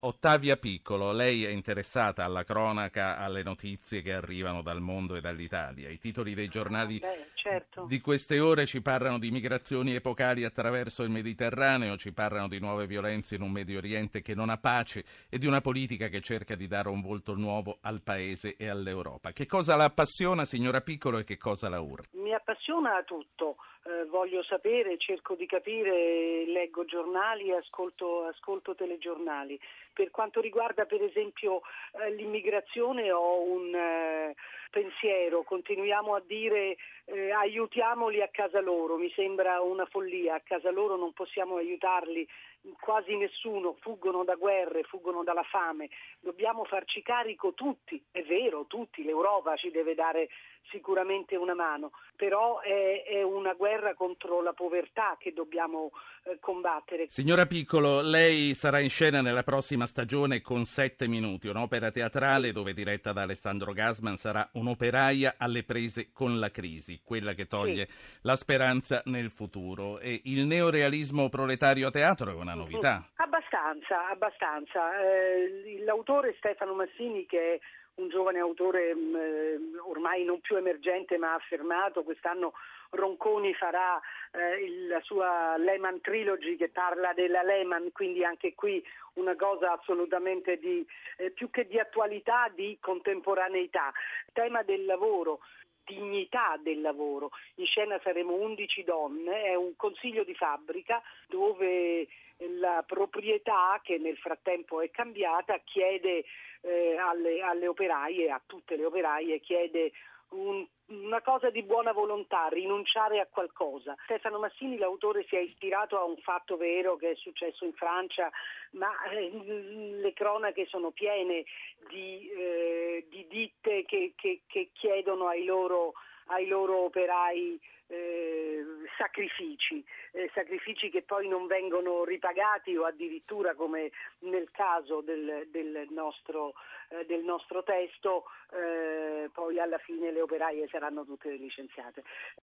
Ottavia Piccolo, lei è interessata alla cronaca, alle notizie che arrivano dal mondo e dall'Italia. I titoli dei giornali Certo. di queste ore ci parlano di migrazioni epocali attraverso il Mediterraneo, ci parlano di nuove violenze in un Medio Oriente che non ha pace e di una politica che cerca di dare un volto nuovo al Paese e all'Europa. Che cosa la appassiona, signora Piccolo, e che cosa la urta? Mi appassiona tutto, voglio sapere, cerco di capire, leggo giornali, ascolto telegiornali. Per quanto riguarda per esempio l'immigrazione ho un pensiero, continuiamo a dire aiutiamoli a casa loro, mi sembra una follia, a casa loro non possiamo aiutarli, quasi nessuno, fuggono da guerre, fuggono dalla fame, dobbiamo farci carico tutti, è vero, tutti, l'Europa ci deve dare sicuramente una mano, però è una guerra contro la povertà che dobbiamo combattere. Signora Piccolo, lei sarà in scena nella prossima stagione con 7 minuti, un'opera teatrale Sì, dove diretta da Alessandro Gasman sarà un'operaia alle prese con la crisi, quella che sì. toglie la speranza nel futuro. E il neorealismo proletario a teatro è una Mhm. novità. Abbastanza. L'autore Stefano Massini, che è un giovane autore ormai non più emergente ma affermato, quest'anno Ronconi farà la sua Lehman Trilogy che parla della Lehman, quindi anche qui una cosa assolutamente più che di attualità, di contemporaneità. Tema del lavoro. Dignità del lavoro. In scena saremo 11 donne, è un consiglio di fabbrica dove la proprietà, che nel frattempo è cambiata, chiede alle operaie, a tutte le operaie, chiede una cosa di buona volontà, rinunciare a qualcosa. Stefano Massini, l'autore, si è ispirato a un fatto vero che è successo in Francia, ma le cronache sono piene di ditte che chiedono ai loro operai sacrifici che poi non vengono ripagati o addirittura, come nel caso del nostro testo, poi alla fine le operaie saranno tutte licenziate.